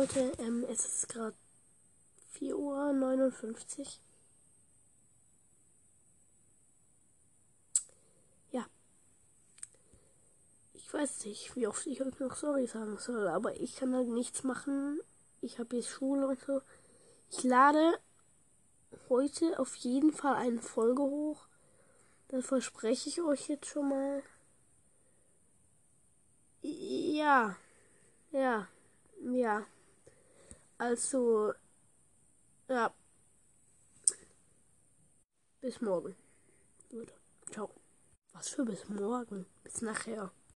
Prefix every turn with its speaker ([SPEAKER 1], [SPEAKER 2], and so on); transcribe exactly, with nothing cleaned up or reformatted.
[SPEAKER 1] Leute, ähm, es ist gerade vier Uhr neunundfünfzig. Ja. Ich weiß nicht, wie oft ich euch noch sorry sagen soll, aber ich kann halt nichts machen. Ich habe jetzt Schule und so. Ich lade heute auf jeden Fall eine Folge hoch. Das verspreche ich euch jetzt schon mal. Ja. Ja. Ja. Also, ja. Bis morgen. Ciao. Was für bis morgen? Bis nachher.